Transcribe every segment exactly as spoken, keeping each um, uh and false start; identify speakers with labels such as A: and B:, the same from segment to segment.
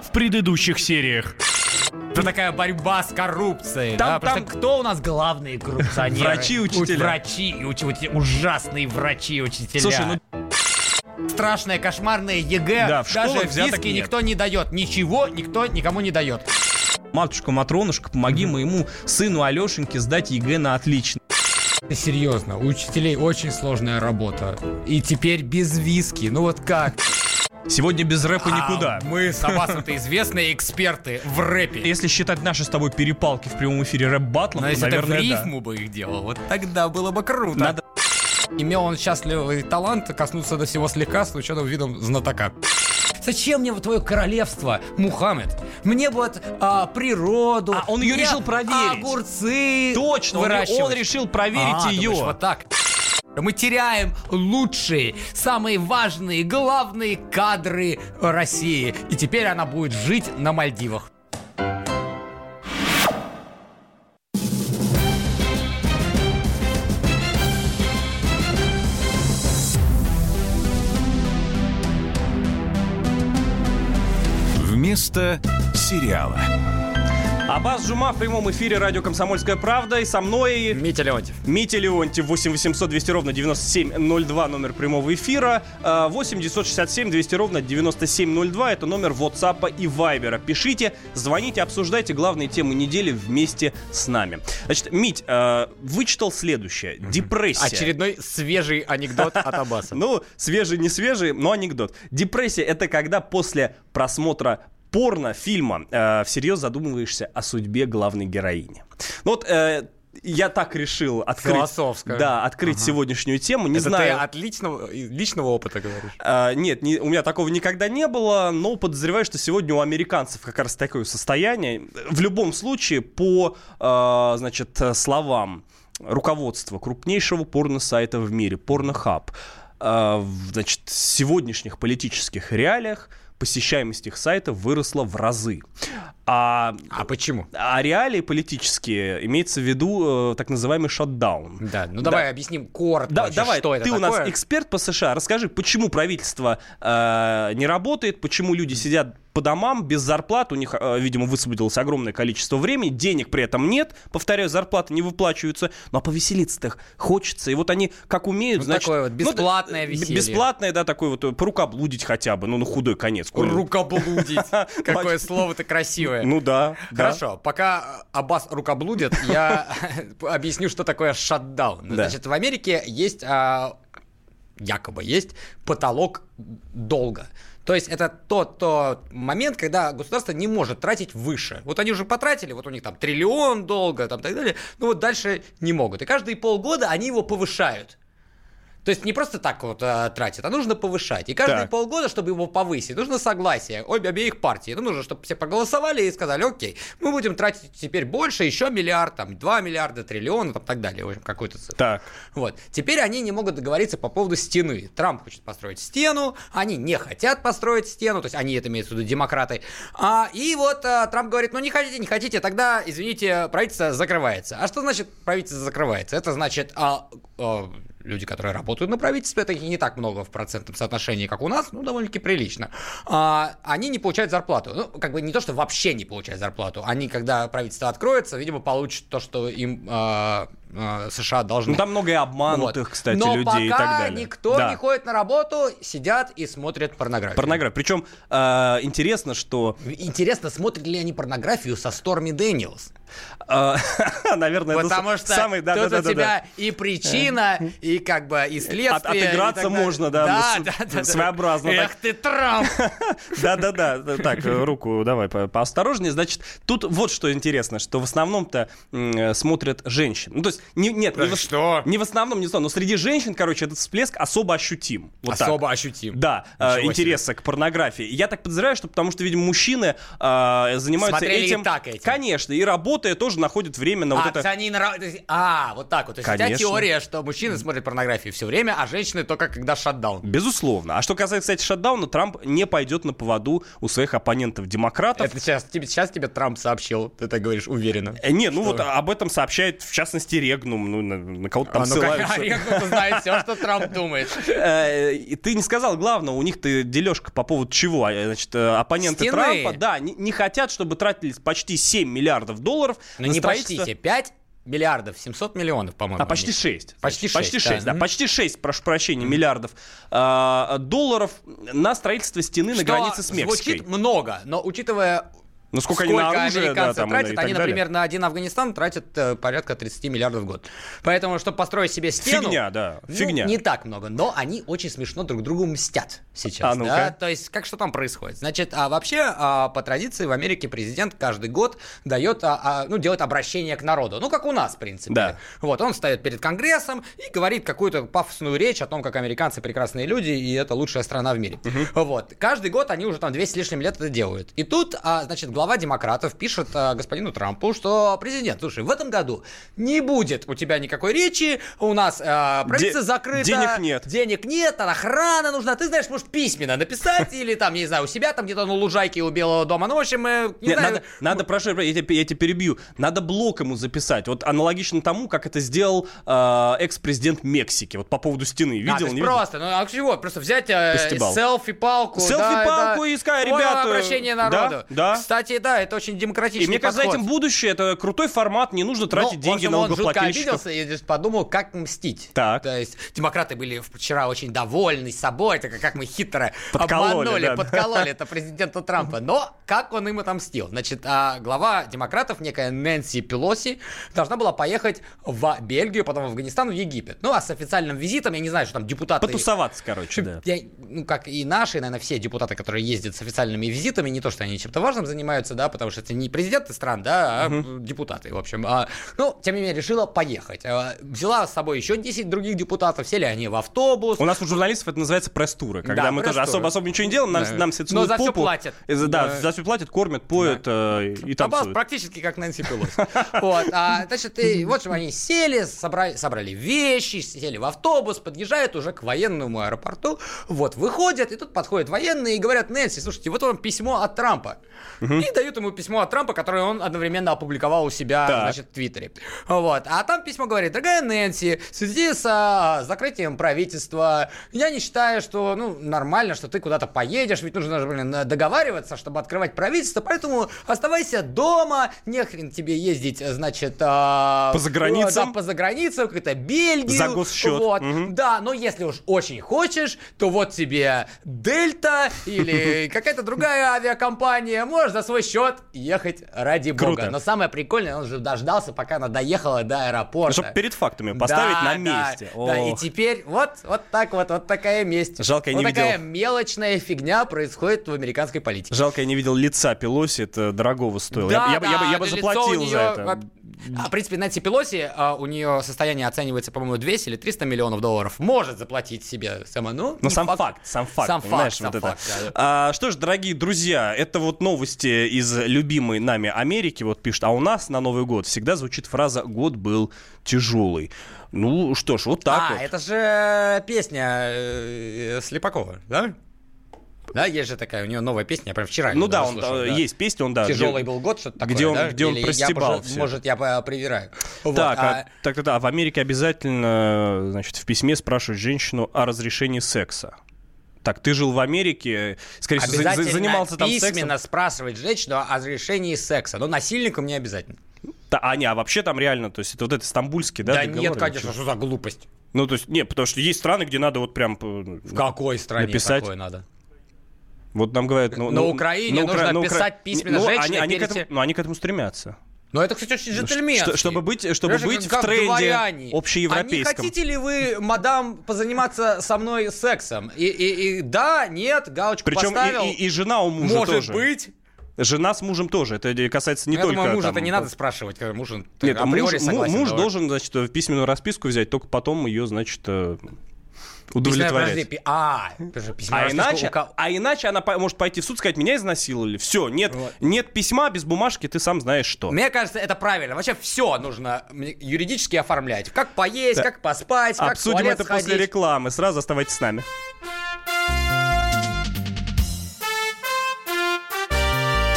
A: в предыдущих сериях.
B: Это такая борьба с коррупцией.
C: Там,
B: да? Там... Кто у нас главные коррупционеры?
C: Врачи и учителя.
B: Врачи и учителя. Ужасные врачи и учителя.
C: Слушай, ну...
B: Страшное, кошмарное ЕГЭ.
C: Да, в
B: даже
C: школах взяток
B: виски
C: нет.
B: никто не дает. Ничего никто никому не дает.
C: Матушка Матронушка, помоги mm-hmm. моему сыну Алешеньке сдать ЕГЭ на отлично.
B: Серьезно, у учителей очень сложная работа. И теперь без виски. Ну вот как?
C: Сегодня без рэпа никуда.
B: А мы с Аббасом-то известные эксперты в рэпе.
C: Если считать наши с тобой перепалки в прямом эфире рэп-баттлов,
B: то,
C: если наверное,
B: это в рифму
C: да.
B: бы их делал, вот тогда было бы круто.
C: Надо...
B: Имел он счастливый талант коснуться до всего слегка с ученым видом знатока. Зачем мне вот твое королевство, Мухаммед? Мне вот а, природу.
C: А он ее решил проверить.
B: Огурцы.
C: Точно, он, он решил проверить
B: а,
C: ее.
B: Думаешь, вот так. Мы теряем лучшие, самые важные, главные кадры России. И теперь она будет жить на Мальдивах.
A: Вместо сериала.
C: Аббас Джума в прямом эфире радио «Комсомольская правда». И со мной...
B: Митя Леонтьев.
C: Митя Леонтьев. восемь восемьсот двести ровно девяносто семь ноль два номер прямого эфира. восемь девятьсот шестьдесят семь двести ровно девяносто семь ноль два это номер WhatsApp и Viber. Пишите, звоните, обсуждайте главные темы недели вместе с нами. Значит, Мить, вычитал следующее. Депрессия.
B: Очередной свежий анекдот от Аббаса.
C: Ну, свежий, не свежий, но анекдот. Депрессия — это когда после просмотра порно-фильма э, всерьез задумываешься о судьбе главной героини. Ну вот э, я так решил открыть,
B: Философская.
C: Да, открыть ага. сегодняшнюю тему. Не
B: Это
C: знаю.
B: ты от личного, личного опыта говоришь?
C: Э, нет, не, у меня такого никогда не было, но подозреваю, что сегодня у американцев как раз такое состояние. В любом случае, по э, значит, словам руководства крупнейшего порно-сайта в мире, Pornhub, э, значит, в сегодняшних политических реалиях посещаемость их сайта выросла в разы. А,
B: а почему?
C: А реалии политические, имеется в виду э, так называемый шатдаун.
B: Да, ну давай да. объясним коротко,
C: да,
B: вообще,
C: давай,
B: что это
C: ты
B: такое.
C: У нас эксперт по США, расскажи, почему правительство э, не работает, почему люди сидят по домам без зарплат, у них, э, видимо, высвободилось огромное количество времени, денег при этом нет, повторяю, зарплаты не выплачиваются, но повеселиться-то хочется, и вот они как умеют,
B: ну,
C: значит...
B: Такое вот бесплатное ну, веселье.
C: Бесплатное, да, такое вот, порукоблудить хотя бы, ну, на худой конец.
B: Рукоблудить, какое слово-то красивое.
C: Ну да.
B: Хорошо, пока Аббас рукоблудит, я объясню, что такое шатдаун. Значит, в Америке есть, якобы есть потолок долга. То есть это тот, тот момент, когда государство не может тратить выше. Вот они уже потратили, вот у них там триллион долга, там так далее, ну вот дальше не могут. И каждые полгода они его повышают. То есть не просто так вот а, тратят, а нужно повышать. И каждые так. полгода, чтобы его повысить, нужно согласие обе, обеих партий. Ну, нужно, чтобы все проголосовали и сказали, окей, мы будем тратить теперь больше, еще миллиард, там, два миллиарда, триллион, там, так далее, в общем, какую-то цифру.
C: Так.
B: Вот. Теперь они не могут договориться по поводу стены. Трамп хочет построить стену, они не хотят построить стену, то есть они, это имеется в виду демократы. А, и вот а, Трамп говорит, ну, не хотите, не хотите, тогда, извините, правительство закрывается. А что значит правительство закрывается? Это значит... А, а, люди, которые работают на правительстве, это не так много в процентном соотношении, как у нас, ну, довольно-таки прилично. А, они не получают зарплату. Ну, как бы не то, что вообще не получают зарплату. Они, когда правительство откроется, видимо, получат то, что им а, а, США должны.
C: Ну, там много и обманутых, вот. кстати,
B: Но
C: людей и так далее.
B: Но пока никто да. не ходит на работу, сидят и смотрят порнографию.
C: Порнографию. Причем э, интересно, что...
B: Интересно, смотрят ли они порнографию со Сторми Дэниелс?
C: Наверное,
B: потому
C: это
B: что
C: самый, да,
B: тут
C: да,
B: у
C: да,
B: тебя
C: да.
B: и причина, и как бы и следствие. От,
C: отыграться
B: и
C: можно, да,
B: да,
C: с,
B: да, да
C: своеобразно.
B: Эх ты, Трамп!
C: Да-да-да, так, руку давай по- поосторожнее. Значит, тут вот что интересно, что в основном-то м- смотрят женщин. Ну, то есть, не, нет, не,
B: что?
C: В, не в основном, не в основном, но среди женщин, короче, этот всплеск особо ощутим. Вот
B: особо
C: так.
B: ощутим.
C: Да, э, интереса к порнографии. Я так подозреваю, что потому что, видимо, мужчины э, занимаются
B: Смотрели
C: этим.
B: И так этим.
C: Конечно, и работая тоже находят время на
B: а,
C: вот это...
B: Они на... А, вот так вот. То есть
C: Конечно.
B: у тебя теория, что мужчины смотрят порнографию все время, а женщины только когда шатдаун.
C: Безусловно. А что касается, кстати, шатдауна, Трамп не пойдет на поводу у своих оппонентов-демократов.
B: Это сейчас тебе, сейчас тебе Трамп сообщил, ты так говоришь уверенно.
C: Не, ну что? Вот об этом сообщает, в частности, эр Регнум, ну, на, на кого-то там
B: а, ну,
C: ссылаются.
B: А Регнум знает все, что Трамп думает.
C: Ты не сказал главного, у них-то дележка по поводу чего? Значит, оппоненты
B: Стены.
C: Трампа, да, не, не хотят, чтобы тратились почти семь миллиардов долларов
B: Ну
C: на
B: не
C: строительство...
B: почти, пять миллиардов, семьсот миллионов, по-моему.
C: А почти шесть.
B: Почти шесть,
C: Почти шесть, да.
B: да.
C: Почти шесть, прошу прощения, миллиардов э, долларов на строительство стены на
B: Что
C: границе с Мексикой.
B: звучит много, но учитывая...
C: Ну, сколько,
B: сколько
C: они на оружие,
B: американцы
C: да, там,
B: тратят,
C: и так
B: они,
C: далее.
B: например, на один Афганистан тратят э, порядка тридцать миллиардов в год. Поэтому, чтобы построить себе стену...
C: Фигня, да,
B: ну,
C: фигня.
B: не так много, но они очень смешно друг другу мстят сейчас.
C: А ну-ка.
B: Да? То есть, как что там происходит? Значит, а вообще, а, по традиции в Америке президент каждый год дает, а, а, ну, делает обращение к народу. Ну, как у нас, в принципе.
C: Да.
B: Вот, он встает перед Конгрессом и говорит какую-то пафосную речь о том, как американцы прекрасные люди, и это лучшая страна в мире. Угу. Вот. Каждый год они уже там двести с лишним лет это делают. И тут, а, значит, глава демократов пишет а, господину Трампу, что президент, слушай, в этом году не будет у тебя никакой речи, у нас а, правительство
C: Де-
B: закрыто.
C: денег нет.
B: Денег нет, охрана нужна. Ты знаешь, может, письменно написать или там, не знаю, у себя там где-то на лужайке у Белого дома. Ну, в общем, э, не
C: Нет,
B: знаю.
C: надо, надо, прошу, я тебя, я тебя перебью. Надо блок ему записать. Вот аналогично тому, как это сделал э, экс-президент Мексики. Вот по поводу стены. Видел,
B: А, то есть
C: не видел?
B: просто, ну а чего? Просто взять э,
C: Постебал.
B: селфи-палку.
C: Селфи-палку
B: да,
C: и искать,
B: да,
C: ребята.
B: обращение народу.
C: Да, да.
B: Кстати, да, это очень демократичный
C: И мне кажется,
B: подход.
C: этим будущее, это крутой формат, не нужно тратить
B: Ну,
C: деньги
B: в общем,
C: на
B: он жутко
C: налогоплательщиков.
B: обиделся и подумал, как мстить.
C: Так.
B: То есть демократы были вчера очень довольны собой, так как мы хитро
C: Подкололи,
B: обманули,
C: да.
B: подкололи это президента Трампа. Но как он им отомстил? Значит, а глава демократов, некая Нэнси Пелоси, должна была поехать в Бельгию, потом в Афганистан, в Египет. Ну, а с официальным визитом, я не знаю, что там депутаты...
C: Потусоваться, короче, да.
B: Я, ну, как и наши, наверное, все депутаты, которые ездят с официальными визитами, не то, что они чем-то важным занимаются, да, потому что это не президенты стран, да, а uh-huh. депутаты, в общем. А, ну, тем не менее, решила поехать. А, взяла с собой еще десять других депутатов, сели они в автобус.
C: У нас у журналистов это называется пресс-туры, когда
B: Да,
C: мы тоже
B: пресс-туры.
C: особо, особо ничего не делаем, нам,
B: Да.
C: нам все
B: Но
C: целуют
B: за всё
C: попу.
B: платят.
C: И за- Да,
B: Да.
C: за все платят, кормят, поют э, и
B: Попалась
C: танцуют.
B: практически как Нэнси Пелоси. Вот, а, значит, и, вот же они сели, собрали, собрали вещи, сели в автобус, подъезжают уже к военному аэропорту, вот, выходят, и тут подходят военные и говорят: Нэнси, слушайте, вот вам письмо от Трампа. И дают ему письмо от Трампа, которое он одновременно опубликовал у себя,
C: Так.
B: значит, в Твиттере. Вот, а там письмо говорит: дорогая Нэнси, в связи с а, закрытием правительства, я не считаю, что, ну, нормально, что ты куда-то поедешь, ведь нужно же, блин, договариваться, чтобы открывать правительство, поэтому оставайся дома, нехрен тебе ездить, значит... А,
C: По заграницам.
B: Да, по заграницам, какую-то Бельгию.
C: За госсчет.
B: Вот,
C: Мгм.
B: да, но если уж очень хочешь, то вот тебе Дельта или какая-то другая авиакомпания, можешь за свой счет ехать ради бога.
C: Круто.
B: Но самое прикольное, он же дождался, пока она доехала до аэропорта.
C: Чтобы перед фактами поставить
B: Да,
C: на
B: да,
C: месте.
B: Да, и
C: Ох.
B: теперь вот, вот так вот, вот такая месть.
C: Жалко, я
B: вот
C: не
B: такая
C: видел.
B: мелочная фигня происходит в американской политике.
C: Жалко, я не видел лица Пелоси, это дорогого стоило. я,
B: Да,
C: бы- я бы, я бы, я бы
B: лицо
C: заплатил
B: у
C: за
B: неё
C: это.
B: воп- А, в принципе, Нэнси Пелоси, а, у нее состояние оценивается, по-моему, двести или триста миллионов долларов. Может заплатить себе сама, ну,
C: Ну,
B: не
C: сам факт. сам факт,
B: Сам
C: понимаешь,
B: факт,
C: вот
B: сам
C: это.
B: факт, да.
C: А, что ж, дорогие друзья, это вот новости из любимой нами Америки, вот пишет, а у нас на Новый год всегда звучит фраза «год был тяжелый». Ну, что ж, вот так
B: а,
C: вот.
B: это же песня э, Слепакова, да? Да, есть же такая, у него новая песня, я прям вчера
C: Ну
B: её
C: да,
B: даже
C: он,
B: слушал,
C: э,
B: да.
C: есть песня, он, да.
B: Тяжелый
C: где-
B: был год, что-то такое,
C: где он-
B: да?
C: где он
B: Или я,
C: простебал
B: может,
C: всё.
B: может, я э, привираю. Вот,
C: Так,
B: а-
C: а, так, так, так, в Америке обязательно, значит, в письме спрашивают женщину о разрешении секса. Так, ты жил в Америке, скорее всего, за- за-
B: Обязательно
C: занимался там сексом.
B: письменно спрашивать женщину о разрешении секса. Но насильникам не обязательно.
C: Да, а, не, а вообще там реально, то есть это вот это стамбульский, да,
B: Да,
C: договор
B: нет,
C: или
B: конечно,
C: что?
B: что за глупость?
C: Ну, то есть, нет, потому что есть страны, где надо вот прям...
B: В какой стране
C: написать.
B: такое надо?
C: Вот нам говорят... Ну,
B: На
C: ну,
B: Украине
C: на Укра-
B: нужно
C: на Укра-
B: писать письменно
C: ну,
B: женщине
C: они, они, к
B: перед
C: этому,
B: тем-
C: ну, они к этому стремятся.
B: Но это, кстати, очень джентльменски.
C: Что- чтобы быть, чтобы
B: Понимаешь,
C: быть
B: как
C: в тренде
B: дворяне.
C: общеевропейском.
B: А не хотите ли вы, мадам, позаниматься со мной сексом? И, и, и да, нет, галочку
C: Причем
B: поставил.
C: и, и, и жена у мужа
B: Может
C: тоже.
B: быть.
C: Жена с мужем тоже. Это касается не
B: Я
C: только...
B: думаю, мужа-то
C: там,
B: не надо спрашивать. когда Муж,
C: Нет, муж,
B: априори
C: му-
B: согласен.
C: муж
B: давай.
C: должен, значит, в письменную расписку взять, только потом ее, значит, э,
B: Письменная,
C: удовлетворять.
B: подожди, пи- А, подожди, письменная
C: А
B: расписка
C: иначе,
B: у ко-
C: а иначе она по- может пойти в суд и сказать, меня изнасиловали. Все, нет,
B: Вот.
C: нет письма без бумажки, ты сам знаешь что.
B: Мне кажется, это правильно. Вообще все нужно мне юридически оформлять. Как поесть,
C: Да.
B: как поспать, как в
C: Обсудим
B: туалет
C: это после
B: сходить.
C: рекламы. Сразу оставайтесь с нами.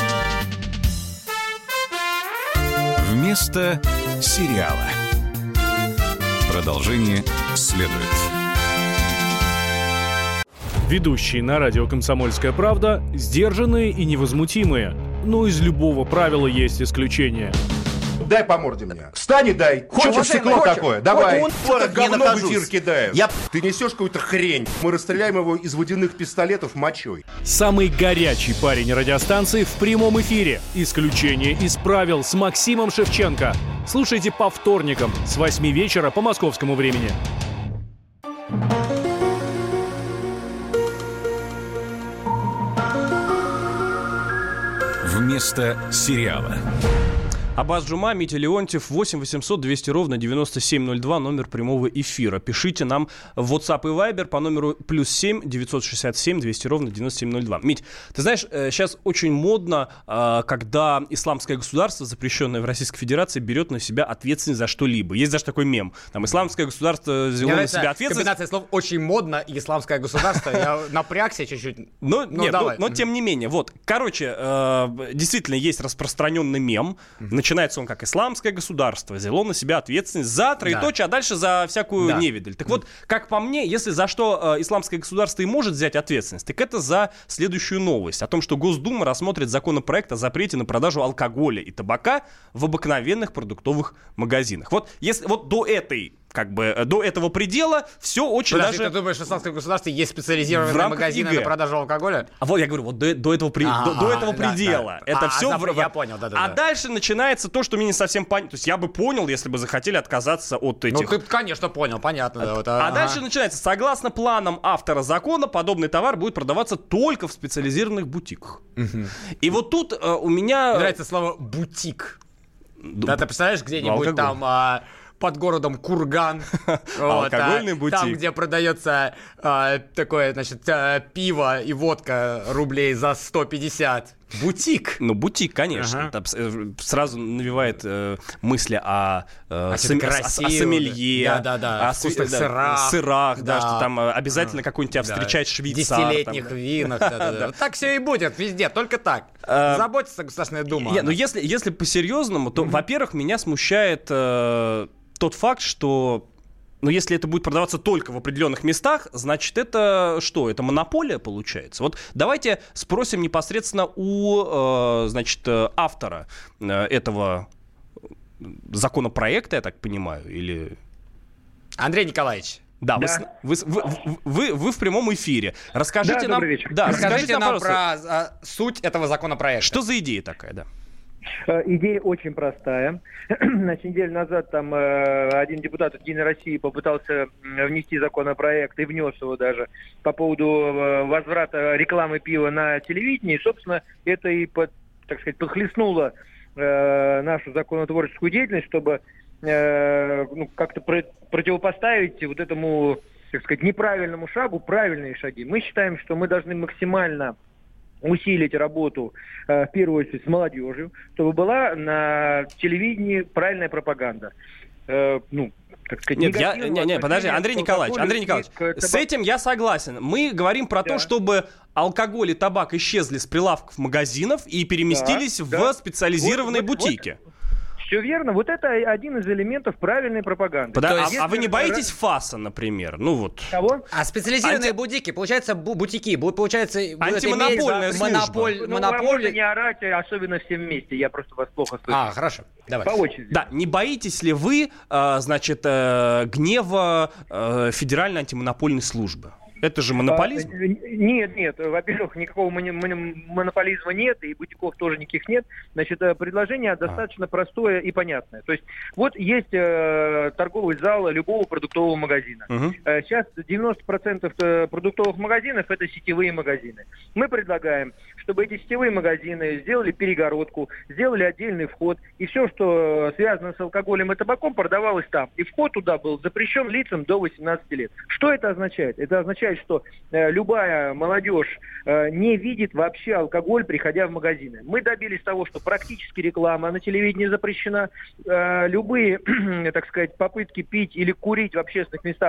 A: Вместо сериала. Продолжение следует.
D: Ведущие на радио «Комсомольская правда» сдержанные и невозмутимые. Но из любого правила есть исключение.
E: Дай по морде мне. Встань и дай. Хочешь стекло
F: хочешь?
E: такое? Давай.
F: Он
E: Что-то
F: не
E: говно в
F: накажусь.
E: эфир кидаешь.
F: Я-
E: Ты несешь какую-то хрень. Мы расстреляем его из водяных пистолетов мочой.
D: Самый горячий парень радиостанции в прямом эфире. Исключение из правил с Максимом Шевченко. Слушайте по вторникам с восьми вечера по московскому времени.
A: Вместо сериала.
C: Аббас Джума, Митя Леонтьев, восемь восемьсот двести ровно девяносто семь ноль два, номер прямого эфира. Пишите нам в WhatsApp и Viber по номеру плюс семь девятьсот шестьдесят семь двести ровно девяносто семь ноль два. Мить, ты знаешь, сейчас очень модно, когда исламское государство, запрещенное в Российской Федерации, берет на себя ответственность за что-либо. Есть даже такой мем. Там исламское государство взяло на себя ответственность.
B: Комбинация слов «очень модно» и «исламское государство». Я напрягся чуть-чуть.
C: Но,
B: Ну,
C: нет,
B: давай.
C: но, но тем не менее, вот, короче, э, действительно есть распространенный мем. Начинается он как исламское государство взяло на себя ответственность за троеточие,
B: Да.
C: а дальше за всякую
B: Да.
C: невидаль. Так вот, как по мне, если за что э, исламское государство и может взять ответственность, так это за следующую новость. О том, что Госдума рассмотрит законопроект о запрете на продажу алкоголя и табака в обыкновенных продуктовых магазинах. Вот, если, вот до этой как бы до этого предела все очень
B: Подожди,
C: даже...
B: ты думаешь, в исламском государстве есть
C: В
B: специализированные
C: рамках
B: магазины
C: ЕГЭ.
B: на продажу алкоголя?
C: А вот я говорю, вот до, до этого, при-
B: А,
C: до, до этого
B: да,
C: предела.
B: да.
C: Это
B: А,
C: все...
B: запр- я понял, да-да-да.
C: А дальше начинается то, что мне не совсем понятно. То есть я бы понял, если бы захотели отказаться от
B: Ну,
C: этих...
B: ты, конечно, понял, понятно. да, вот,
C: А
B: ага.
C: дальше начинается. Согласно планам автора закона, подобный товар будет продаваться только в специализированных бутиках. И вот тут э, у меня...
B: Мне нравится слово «бутик». Да, ты представляешь, где-нибудь
C: алкоголь.
B: там а, под городом Курган. вот,
C: Алкогольный
B: а,
C: бутик.
B: Там, где продается а, такое, значит, а, пиво и водка рублей за сто пятьдесят. Бутик.
C: Ну, бутик, конечно.
B: Ага.
C: Там с- э, сразу навевает э, мысли о, э,
B: А
C: сом-
B: что-то
C: о- о
B: красивое.
C: сомелье,
B: Да-да-да,
C: о
B: вкусных
C: сви- да,
B: сырах.
C: сырах, да,
B: Да.
C: что там э, обязательно какой-нибудь тебя
B: Да.
C: встречает швейцар. там,
B: Десятилетних
C: да.
B: винах. да-да-да. Вот так все и будет везде, только так.
C: А,
B: Заботится Государственная Дума.
C: Не, ну если, если по-серьезному, то, во-первых, меня смущает э, тот факт, что ну, если это будет продаваться только в определенных местах, значит, это что? Это монополия получается? Вот давайте спросим непосредственно у, э, значит, э, автора э, этого законопроекта, я так понимаю, или...
B: Андрей Николаевич,
C: Да, Вы,
G: Да.
C: с- вы, с- вы, вы, вы в прямом эфире. Расскажите
G: Да,
C: нам...
G: добрый вечер.
C: Да,
B: расскажите нам
C: пожалуйста,
B: про а, суть этого законопроекта.
C: что за идея такая, да?
G: Э, Идея очень простая. Значит, неделю назад там э, один депутат от «Единой России» попытался м, внести законопроект и внес его даже по поводу э, возврата рекламы пива на телевидении. И, собственно, это и, под, так сказать, подхлестнуло э, нашу законотворческую деятельность, чтобы э, ну, как-то про- противопоставить вот этому, так сказать, неправильному шагу правильные шаги. Мы считаем, что мы должны максимально усилить работу, э, в первую очередь, с молодежью, чтобы была на телевидении правильная пропаганда. Э, ну, так сказать,
C: Нет, я,
G: негативного
C: не, не, подожди,
G: отношения
C: Андрей
G: к
C: Николаевич,
G: алкоголю
C: Андрей
G: и
C: Николаевич,
G: к табаку.
C: с этим я согласен. Мы говорим про то,
G: Да.
C: чтобы алкоголь и табак исчезли с прилавков магазинов и переместились
G: Да,
C: в
G: да.
C: специализированные
G: Вот, вот,
C: бутики.
G: Все верно. Вот это один из элементов правильной пропаганды.
C: Пода-
B: То
C: а,
B: есть,
C: а вы не
G: если-
C: боитесь ФАСа, например? Ну вот.
G: Кого?
B: А специализированные
C: Анти-
B: будете, получается, бу- бутики, бу- получается... будет
C: Антимонопольная
B: иметь
C: служба.
B: монополь-
G: Ну, вам можно
B: монополь-
G: не орать, особенно все вместе. Я просто вас плохо слышу.
B: А, хорошо, давай.
G: По очереди.
C: Да, не боитесь ли вы, э, значит, э, гнева э, Федеральной антимонопольной службы? Это же монополизм.
G: А, Нет, нет. Во-первых, никакого мони- мони- монополизма нет, и бутиков тоже никаких нет. Значит, э, предложение достаточно простое и понятное. То есть вот есть э, торговый зал любого продуктового магазина.
C: Мгм.
G: Э, Сейчас девяносто процентов э, продуктовых магазинов – это сетевые магазины. Мы предлагаем, чтобы эти сетевые магазины сделали перегородку, сделали отдельный вход, и все, что связано с алкоголем и табаком, продавалось там. И вход туда был запрещен лицам до восемнадцати лет. Что это означает? Это означает, что э, любая молодежь э, не видит вообще алкоголь, приходя в магазины. Мы добились того, что практически реклама на телевидении запрещена. Э, любые, так сказать, попытки пить или курить в общественных местах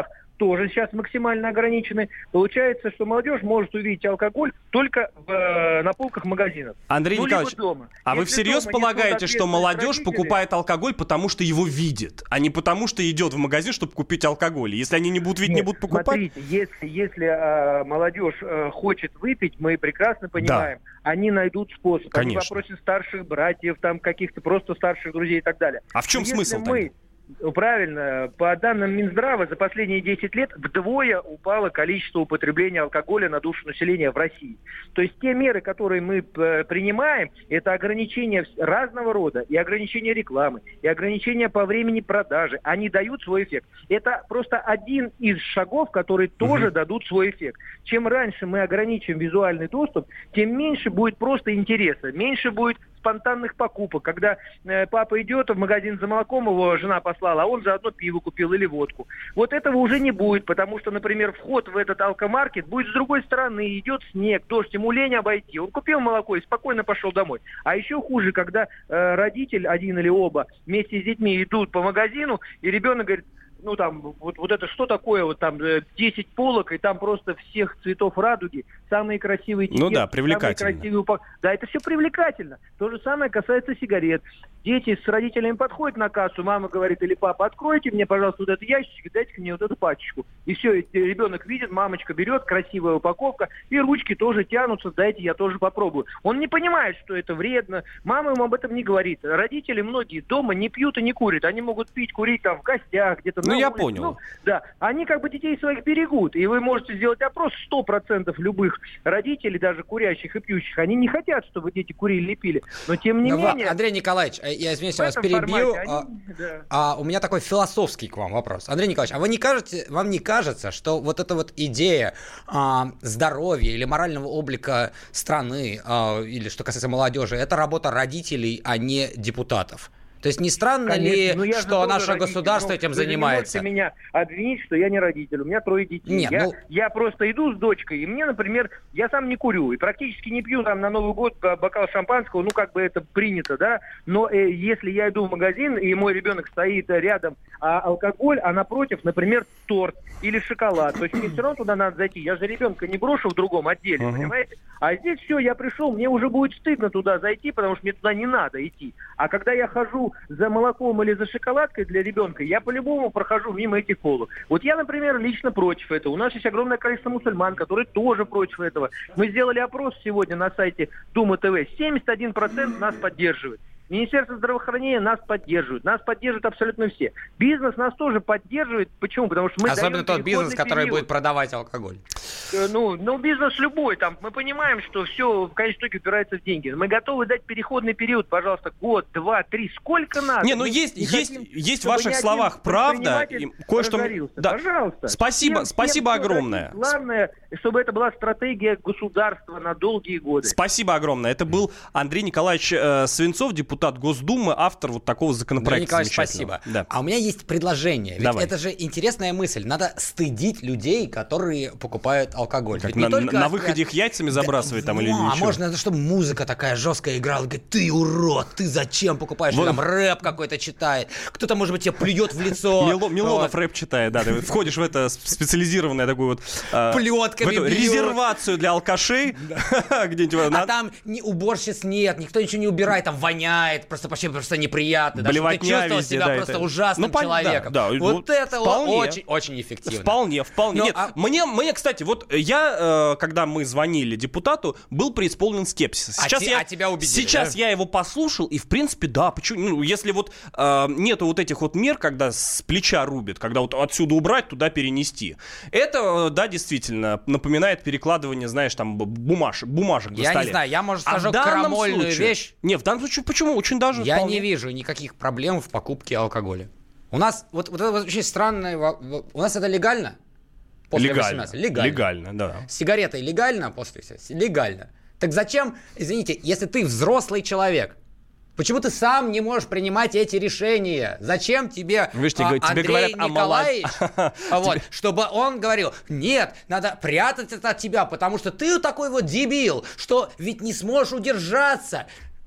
G: тоже сейчас максимально ограничены. Получается, что молодежь может увидеть алкоголь только в, э, на полках магазинов.
C: Андрей
G: ну,
C: Николаевич,
G: дома.
C: а
G: Если
C: вы всерьез
G: дома
C: полагаете, что молодежь
G: родители...
C: покупает алкоголь, потому что его видит, а не потому что идет в магазин, чтобы купить алкоголь? Если они не будут видеть,
G: Нет,
C: не будут покупать?
G: Смотрите, если, если э, молодежь э, хочет выпить, мы прекрасно понимаем, да. они найдут способ.
C: Конечно.
G: Они попросят старших братьев, там каких-то просто старших друзей и так далее.
C: А в чем
G: Но
C: смысл
G: если мы... Правильно. По данным Минздрава, за последние десять лет вдвое упало количество употребления алкоголя на душу населения в России. То есть те меры, которые мы принимаем, это ограничения разного рода, и ограничения рекламы, и ограничения по времени продажи. Они дают свой эффект. Это просто один из шагов, которые тоже угу. дадут свой эффект. Чем раньше мы ограничим визуальный доступ, тем меньше будет просто интереса, меньше будет спонтанных покупок, когда э, папа идет в магазин за молоком, его жена послала, а он заодно пиво купил или водку. Вот этого уже не будет, потому что, например, вход в этот алкомаркет будет с другой стороны, идет снег, дождь, ему лень обойти. Он купил молоко и спокойно пошел домой. А еще хуже, когда э, родитель, один или оба, вместе с детьми идут по магазину, и ребенок говорит, ну там, вот, вот это что такое, вот там десять полок, и там просто всех цветов радуги, самые красивые этикетки,
C: ну да, привлекательно.
G: Самые красивые упак... Да, это все привлекательно. То же самое касается сигарет. Дети с родителями подходят на кассу, мама говорит, или папа, откройте мне, пожалуйста, вот этот ящик, дайте мне вот эту пачечку. И все, и ребенок видит, мамочка берет, красивая упаковка, и ручки тоже тянутся, дайте я тоже попробую. Он не понимает, что это вредно, мама ему об этом не говорит. Родители многие дома не пьют и не курят, они могут пить, курить там в гостях, где-то
C: Ну,
G: на
C: я
G: улице.
C: понял.
G: Ну, да, они как бы детей своих берегут, и вы можете сделать опрос, сто процентов любых родителей, даже курящих и пьющих, они не хотят, чтобы дети курили и пили, но тем не
B: ну,
G: менее...
B: Андрей Николаевич, я извиняюсь, я вас перебью.
G: Формате,
B: а,
G: они... да.
B: а у меня такой философский к вам вопрос. Андрей Николаевич, а вы не кажете, вам не кажется, что вот эта вот идея а, здоровья или морального облика страны, а, или что касается молодежи, это работа родителей, а не депутатов? То есть не странно
G: Конечно,
B: ли, что наше
G: родитель,
B: государство
G: ну,
B: этим
G: вы
B: занимается?
G: Вы не можете меня обвинить, что я не родитель. У меня трое детей.
B: Нет,
G: я,
B: ну...
G: я просто иду с дочкой, и мне, например, я сам не курю. И практически не пью там на Новый год бокал шампанского, ну как бы это принято, да. Но э, если я иду в магазин, и мой ребенок стоит рядом, а алкоголь, а напротив, например, торт или шоколад, то есть мне все равно туда надо зайти. Я же ребенка не брошу в другом отделе, uh-huh. понимаете? А здесь все, я пришел, мне уже будет стыдно туда зайти, потому что мне туда не надо идти. А когда я хожу за молоком или за шоколадкой для ребенка, я по-любому прохожу мимо этих полок. Вот я, например, лично против этого. У нас есть огромное количество мусульман, которые тоже против этого. Мы сделали опрос сегодня на сайте Дума ТВ. семьдесят один процент нас поддерживает. Министерство здравоохранения нас поддерживает. Нас поддерживают абсолютно все. Бизнес нас тоже поддерживает. Почему? Потому что мы
B: Особенно тот бизнес, который
G: период.
B: будет продавать алкоголь.
G: Ну, ну, бизнес любой. Там, мы понимаем, что все в конечном итоге упирается в деньги. Мы готовы дать переходный период, пожалуйста, год, два, три. Сколько надо?
C: Не, ну
G: мы
C: есть,
G: не
C: есть,
G: хотим,
C: есть в ваших словах правда. И кое-что...
G: Да. Пожалуйста.
C: Спасибо,
G: всем,
C: спасибо
G: всем,
C: огромное.
G: Главное, чтобы это была стратегия государства на долгие годы.
C: Спасибо огромное. Это был Андрей Николаевич э, Свинцов, депутат Госдумы, автор вот такого законопроекта.
B: Андрей Николаевич, спасибо.
C: Да.
B: А у меня есть предложение. Ведь
C: Давай.
B: это же интересная мысль. Надо стыдить людей, которые покупают алкоголь.
C: Как
B: не
C: на,
B: только
C: на
B: от...
C: выходе их яйцами забрасывать да, там
B: ну,
C: или
B: а
C: ничего.
B: можно, чтобы музыка такая жесткая играла. Говорит, ты урод, ты зачем покупаешь? Вот. Там рэп какой-то читает. Кто-то, может быть, тебе плюет в лицо.
C: Мило, Милонов
B: вот.
C: рэп читает, да. Ты входишь в это специализированное такую вот...
B: Плетками бьют.
C: Резервацию для алкашей. Где-нибудь.
B: А там уборщиц нет, никто ничего не убирает, там воняет, просто почти просто неприятно. Ты чувствовал себя просто ужасным человеком. Вот это очень эффективно.
C: Вполне, вполне. Нет, мне, мне, кстати, вот я, когда мы звонили депутату, был преисполнен скепсиса. Сейчас
B: а,
C: я,
B: а тебя убедили,
C: Сейчас
B: да?
C: я его послушал, и в принципе, да, почему, ну, если вот э, нету вот этих вот мер, когда с плеча рубит, когда вот отсюда убрать, туда перенести, это, да, действительно напоминает перекладывание, знаешь, там, бумажек, бумажек на
B: я
C: столе.
B: Я не знаю, я, может,
C: а
B: скажу крамольную случае, вещь.
C: Не, в данном случае, почему? Очень даже
B: Я
C: вполне.
B: не вижу никаких проблем в покупке алкоголя. У нас, вот, вот это вот очень странное, у нас это легально? После
C: легально,
B: восемнадцати? Легально.
C: Легально, да.
B: Сигареты легально после восемнадцати? Легально. Так зачем, извините, если ты взрослый человек, почему ты сам не можешь принимать эти решения? Зачем тебе,
C: Видишь,
B: а,
C: тебе
B: Андрей
C: говорят,
B: Николаевич,
C: а
B: вот, чтобы он говорил, нет, надо прятать это от тебя, потому что ты такой вот дебил, что ведь не сможешь удержаться.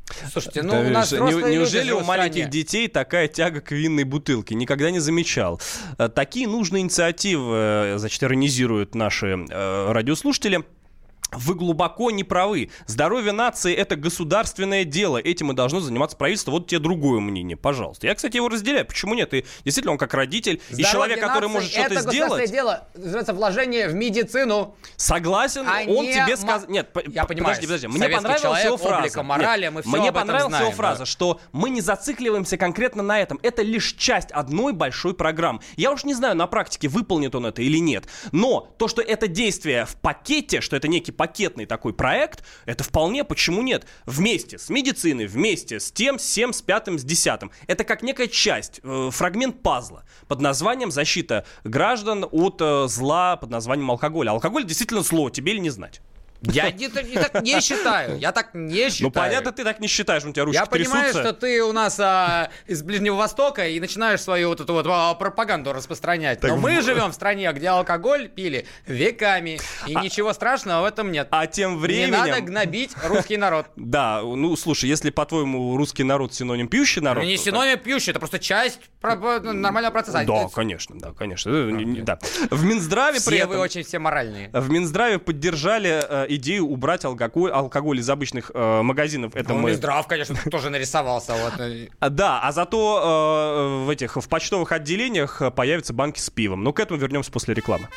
B: Слушайте, ну
C: Да,
B: у нас
C: не-
B: взрослые
C: неужели
B: люди
C: у
B: живут в
C: маленьких
B: стране.
C: детей такая тяга к винной бутылке? Никогда не замечал. Э, Такие нужные инициативы, э, значит, иронизируют наши э, радиослушатели. Вы глубоко не правы. Здоровье нации – это государственное дело. Этим и должно заниматься правительство. Вот тебе другое мнение, пожалуйста. Я, кстати, его разделяю. Почему нет? И действительно, он как родитель, и
B: Здоровье
C: человек, который
B: нации
C: может что-то
B: это государственное
C: сделать.
B: дело, называется вложение в медицину.
C: Согласен,
B: А
C: он
B: не
C: тебе
B: ма-
C: сказал... Нет, по-
B: Я
C: по-
B: понимаю,
C: подожди, подожди. Мне
B: советский
C: понравилась
B: человек,
C: его фраза.
B: облика, морали,
C: Нет,
B: мы всё
C: мне
B: об этом
C: понравилась
B: знаем,
C: его фраза,
B: да.
C: что мы не зацикливаемся конкретно на этом. Это лишь часть одной большой программы. Я уж не знаю, на практике выполнит он это или нет. Но то, что это действие в пакете, что это некий пакетный такой проект, это вполне, почему нет? Вместе с медициной, вместе с тем, с сем, с пятым, с десятым. Это как некая часть, э, фрагмент пазла под названием «Защита граждан от э, зла» под названием алкоголь. Алкоголь действительно зло, тебе ли не знать?
B: Я не, не так не считаю. Я так не считаю.
C: Ну, понятно, ты так не считаешь, у тебя ручки
B: Я понимаю,
C: трясутся.
B: что ты у нас а, из Ближнего Востока и начинаешь свою вот эту вот а, пропаганду распространять. Но мы живем в стране, где алкоголь пили веками. И ничего страшного в этом нет.
C: А тем
B: Не
C: временем...
B: надо гнобить русский народ.
C: Да, ну, слушай, если, по-твоему, русский народ синоним пьющий народ...
B: Ну, не
C: то-
B: синоним пьющий, это просто часть про- про- нормального процесса.
C: Да,
B: Это-
C: конечно, да, конечно. Э, не- не- да. В Минздраве при
B: Все вы
C: этом...
B: очень все моральные.
C: В Минздраве поддержали э, идею убрать алкоголь, алкоголь из обычных э, магазинов. Это
B: Ну,
C: мы...
B: Минздрав, конечно, тоже нарисовался. Вот.
C: А, Да, а зато э, в этих в почтовых отделениях э, появятся банки с пивом. Но к этому вернемся после рекламы.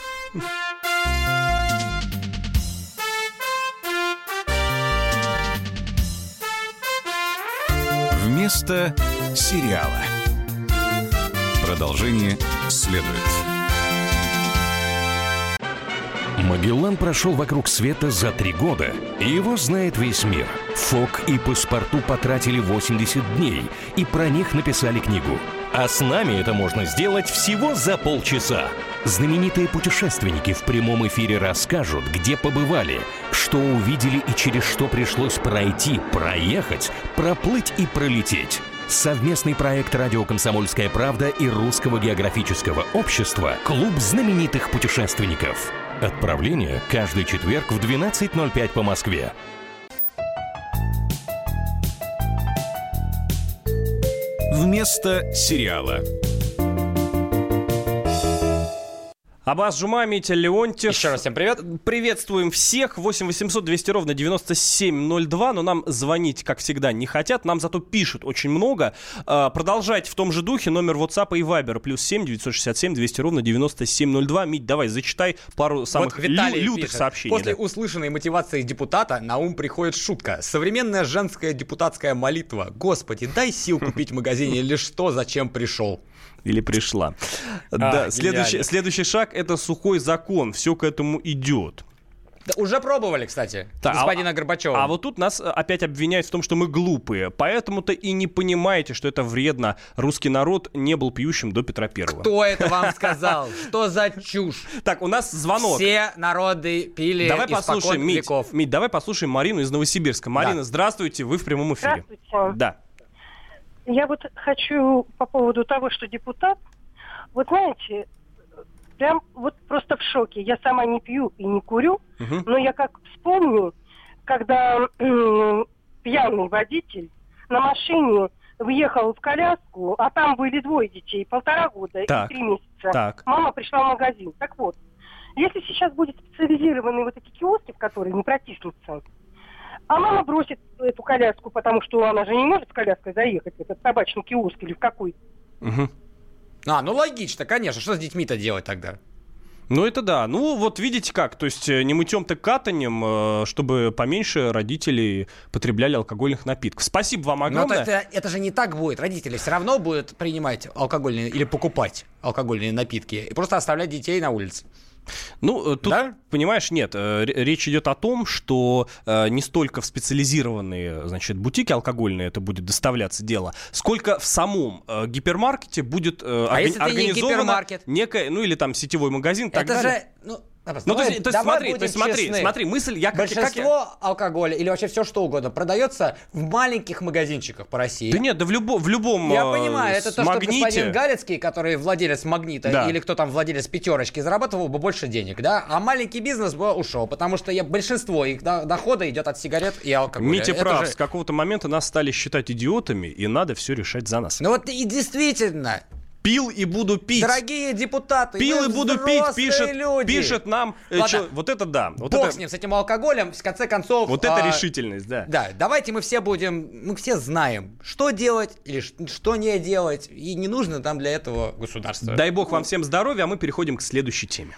A: Вместо сериала. Продолжение следует.
F: Магеллан прошел вокруг света за три года, и его знает весь мир. Фок и Паспарту потратили восемьдесят дней, и про них написали книгу. А с нами это можно сделать всего за полчаса. Знаменитые путешественники в прямом эфире расскажут, где побывали, что увидели и через что пришлось пройти, проехать, проплыть и пролететь. Совместный проект «Радио Комсомольская правда» и Русского географического общества «Клуб знаменитых путешественников». Отправление каждый четверг в двенадцать ноль пять по Москве.
A: Вместо сериала.
C: Аббас Жума, Митя Леонтьев.
B: Еще раз всем привет.
C: Приветствуем всех. восемь восемьсот двести ровно девяносто семь ноль два. Но нам звонить, как всегда, не хотят. Нам зато пишут очень много. А, продолжайте в том же духе. Номер WhatsApp и Viber. Плюс семь девятьсот шестьдесят семь двести ровно девяносто семь ноль два. Мить, давай, зачитай пару самых
B: Вот Виталий
C: лю- лютых
B: пишет.
C: сообщений.
B: После
C: да.
B: услышанной мотивации депутата на ум приходит шутка. Современная женская депутатская молитва. Господи, дай сил купить в магазине или что, зачем пришел.
C: Или пришла.
B: А,
C: да, следующий,
B: гениально.
C: следующий шаг — это сухой закон. Все к этому идет.
B: Да, уже пробовали, кстати,
C: Так,
B: господина
C: а-
B: Горбачева.
C: А вот тут нас э, опять обвиняют в том, что мы глупые. Поэтому-то и не понимаете, что это вредно. Русский народ не был пьющим до Петра Первого.
B: Кто это вам сказал? Что за чушь?
C: Так, у нас звонок.
B: Все народы пили
C: Давай
B: испокон
C: послушаем, Мить,
B: веков.
C: Мить, давай послушаем Марину из Новосибирска. Марина,
B: Да.
C: здравствуйте, вы в прямом эфире.
H: Здравствуйте.
C: Да.
H: Я вот хочу по поводу того, что депутат, вот знаете, прям вот просто в шоке. Я сама не пью и не курю,
C: Мгм.
H: но я как вспомню, когда м, пьяный водитель на машине въехал в коляску, а там были двое детей, полтора года
C: Так.
H: и три месяца.
C: Так.
H: Мама пришла в магазин. Так вот, если сейчас будет специализированные вот эти киоски, в которые не протиснуться, а мама бросит эту коляску, потому что она же не может с коляской заехать в этот табачный киоск или в какой.
C: Мгм.
B: А, ну логично, конечно. Что с детьми-то делать тогда?
C: Ну, это да. Ну, вот видите как. То есть э, не мытьем, так катанем, э, чтобы поменьше родителей потребляли алкогольных напитков. Спасибо вам
B: Но
C: огромное.
B: это, это же не так будет. Родители все равно будут принимать алкогольные или покупать алкогольные напитки и просто оставлять детей на улице.
C: Ну, э, тут,
B: Да?
C: понимаешь, нет, э, р- речь идет о том, что э, не столько в специализированные, значит, бутики алкогольные это будет доставляться дело, сколько в самом э, гипермаркете будет э,
B: А
C: органи-
B: если это не
C: организовано
B: гипермаркет?
C: некое, ну или там сетевой магазин, и так
B: Это
C: далее.
B: же, ну,
C: Ну, то есть, то есть смотри, то есть, смотри,
B: честны.
C: смотри, мысль, я как,
B: Большинство
C: как я...
B: алкоголя или вообще все что угодно продается в маленьких магазинчиках по России.
C: Да нет, да в, любо, в любом
B: Я
C: э,
B: понимаю, это то,
C: магните.
B: что господин Галицкий, который владелец «Магнита»,
C: Да.
B: или кто там владелец «Пятерочки», зарабатывал бы больше денег, да, а маленький бизнес бы ушел, потому что я, большинство их дохода идет от сигарет и алкоголя.
C: Митя
B: Это
C: прав,
B: же...
C: с какого-то момента нас стали считать идиотами, и надо все решать за нас.
B: Ну вот и действительно...
C: Пил и буду пить.
B: Дорогие депутаты,
C: Пил и буду пить, пишет,
B: люди.
C: пишет нам. Э, чё, вот это да. Вот
B: Бог
C: это,
B: с ним, с этим алкоголем, в конце концов...
C: Вот
B: а,
C: это решительность, да.
B: Да, давайте мы все будем, мы все знаем, что делать или что не делать, и не нужно там для этого государства.
C: Дай бог вам всем здоровья, а мы переходим к следующей теме.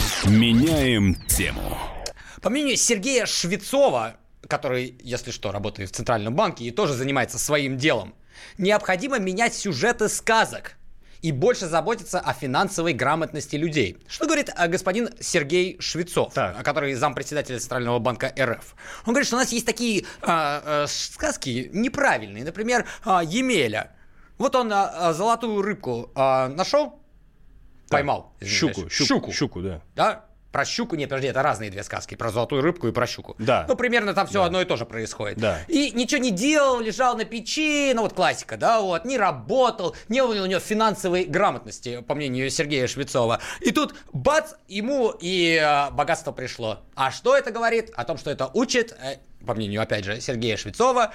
A: Меняем тему.
B: По мнению Сергея Швецова, который, если что, работает в Центральном банке и тоже занимается своим делом, необходимо менять сюжеты сказок и больше заботиться о финансовой грамотности людей. Что говорит а, господин Сергей Швецов,
C: Так.
B: который зампредседателя Центрального банка эр эф? Он говорит, что у нас есть такие а, а, сказки неправильные. Например, а, Емеля. Вот он а, а, золотую рыбку а, нашел, поймал.
C: Щуку,
B: извиняюсь,
C: щуку,
B: щуку.
C: щуку, да.
B: Да? Про щуку, нет, подожди, это разные две сказки. Про золотую рыбку и про щуку.
C: Да.
B: Ну, примерно там все
C: Да.
B: одно и то же происходит.
C: Да.
B: И ничего не делал, лежал на печи, ну вот классика, да, вот, не работал, не было у него финансовой грамотности, по мнению Сергея Швецова. И тут, бац, ему и э, богатство пришло. А что это говорит? О том, что это учит, э, по мнению, опять же, Сергея Швецова,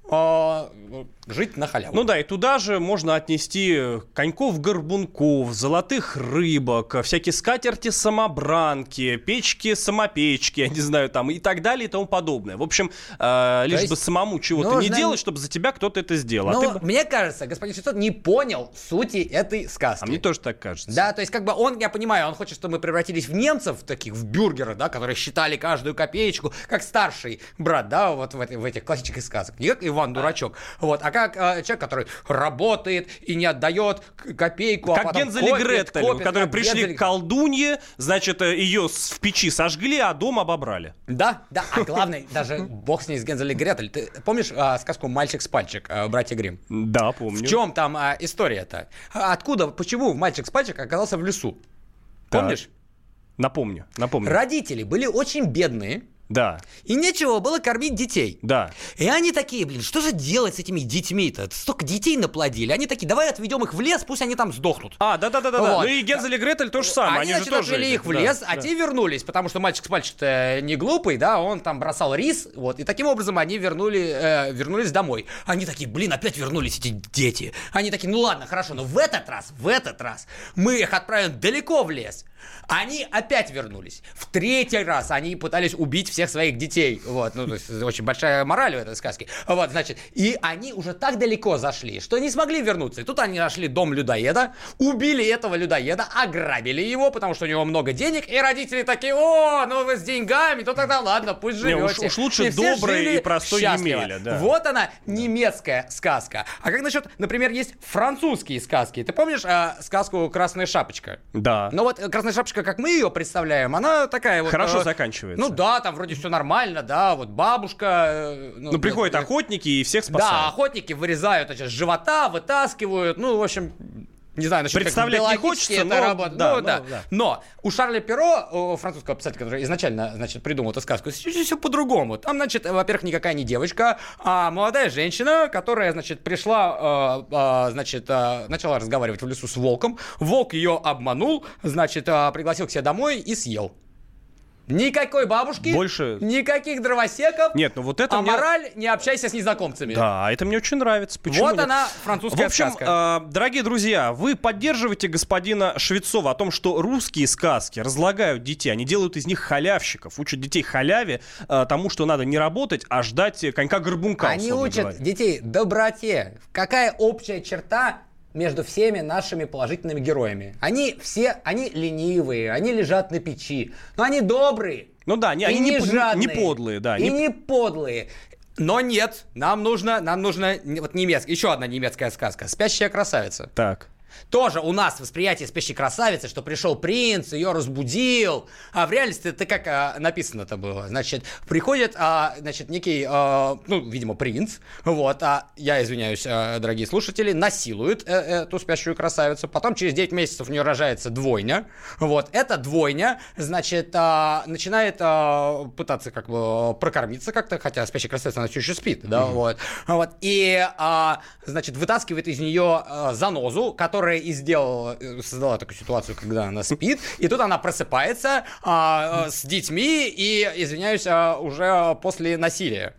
B: э, жить на халяву.
C: Ну да, и туда же можно отнести коньков-горбунков, золотых рыбок, всякие скатерти-самобранки, печки-самопечки, я не знаю, там, и так далее, и тому подобное. В общем, э, лишь
B: есть
C: бы самому чего-то
B: нужно...
C: не делать, чтобы за тебя кто-то это сделал.
B: Ну,
C: а ты...
B: мне кажется, господин Швецов не понял сути этой сказки.
C: А мне тоже так кажется.
B: Да, то есть, как бы он, я понимаю, он хочет, чтобы мы превратились в немцев, таких, в бюргеры, да, которые считали каждую копеечку, как старший брат, да, вот в, этой, в этих классических сказках. Не как Иван Дурачок, вот, а как э, человек, который работает и не отдает к- копейку,
C: Как
B: а потом
C: Гензель и
B: копит,
C: Гретель,
B: копит,
C: которые
B: как
C: пришли
B: Гензель.
C: к колдунье, значит, ее в печи сожгли, а дом обобрали.
B: Да, да, а главное, даже бог с ней, с Гензель и Гретель. Ты помнишь а, сказку «Мальчик с пальчик», а, братья Гримм?
C: Да, помню.
B: В чем там а, история-то? А откуда, почему мальчик с пальчик оказался в лесу?
C: Так.
B: Помнишь?
C: Напомню, напомню.
B: Родители были очень бедные,
C: Да,
B: и нечего было кормить детей.
C: да.
B: И они такие, блин, что же делать с этими детьми-то? Столько детей наплодили. Они такие, давай отведем их в лес, пусть они там сдохнут.
C: А, да-да-да-да.
B: Вот.
C: Ну и Гензель и Гретель то же самое.
B: Они,
C: Они,
B: значит,
C: же тоже...
B: отвели
C: эти,
B: их в
C: да,
B: лес, а
C: да.
B: те вернулись, потому что мальчик с пальчик-то не глупый, да, он там бросал рис, вот, и таким образом они вернули, э, вернулись домой. Они такие, блин, опять вернулись эти дети. Они такие, ну ладно, хорошо, но в этот раз, в этот раз мы их отправим далеко в лес. Они опять вернулись. В третий раз они пытались убить всех своих детей. Вот, ну, то есть очень большая мораль в этой сказке. Вот, значит, и они уже так далеко зашли, что не смогли вернуться. И тут они нашли дом людоеда, убили этого людоеда, ограбили его, потому что у него много денег, и родители такие, о, ну вы с деньгами, то тогда ладно, пусть
C: Не,
B: живете.
C: уж- уж лучше
B: И все
C: добрый
B: жили
C: и простой
B: счастливо.
C: Емеля, да.
B: Вот она, немецкая сказка. А как насчет, например, есть французские сказки? Ты помнишь а, сказку «Красная шапочка»?
C: Да.
B: Ну вот «Красная шапочка», как мы ее представляем, она такая вот...
C: Хорошо
B: э,
C: заканчивается.
B: Ну да, там вроде все нормально, да, вот бабушка... э,
C: Ну, приходят
B: э,
C: охотники и всех
B: Да,
C: спасают.
B: охотники вырезают значит, с живота, вытаскивают, ну, в общем... Не знаю, насчет
C: Представлять не
B: как биологически
C: хочется,
B: это
C: но
B: работает.
C: да,
B: ну,
C: но
B: да.
C: да.
B: Но у Шарля Перро, у французского писателя, который изначально, значит, придумал эту сказку, здесь все по-другому. Там, значит, во-первых, никакая не девочка, а молодая женщина, которая, значит, пришла, э, э, значит, э, начала разговаривать в лесу с волком. Волк ее обманул, значит, э, пригласил к себе домой и съел. Никакой бабушки,
C: Больше-
B: никаких дровосеков.
C: Нет, ну вот это
B: а
C: мне-
B: мораль, не общайся с незнакомцами.
C: Да, это мне очень нравится. Почему
B: Вот
C: нет?
B: она, французская
C: В общем,
B: сказка.
C: э, дорогие друзья, вы поддерживаете господина Швецова о том, что русские сказки разлагают детей, они делают из них халявщиков, учат детей халяве, э, тому, что надо не работать, а ждать конька-горбунка.
B: Они
C: условно
B: учат
C: говоря.
B: детей доброте. Какая общая черта между всеми нашими положительными героями? Они все, они ленивые, они лежат на печи, но они добрые.
C: Ну да, они,
B: и
C: они
B: не,
C: не, п-
B: жадные,
C: не подлые, да.
B: И
C: не-
B: не подлые. Но нет, нам нужно, нам нужно, вот немецкая, еще одна немецкая сказка «Спящая красавица».
C: Так.
B: Тоже у нас восприятие спящей красавицы, что пришел принц, ее разбудил. А в реальности это как а, написано-то было. Значит, приходит, а, значит, некий, а, ну, видимо, принц, вот, а, я извиняюсь, а, дорогие слушатели, насилует а, эту спящую красавицу. Потом через девять месяцев у нее рождается двойня. Вот, эта двойня, значит, а, начинает а, пытаться как бы прокормиться как-то, хотя спящая красавица, она все еще спит, да, mm-hmm. вот. вот. И, а, значит, вытаскивает из нее а, занозу, которая и сделала, создала такую ситуацию, когда она спит, и тут она просыпается а, с детьми и, извиняюсь, а, уже после насилия.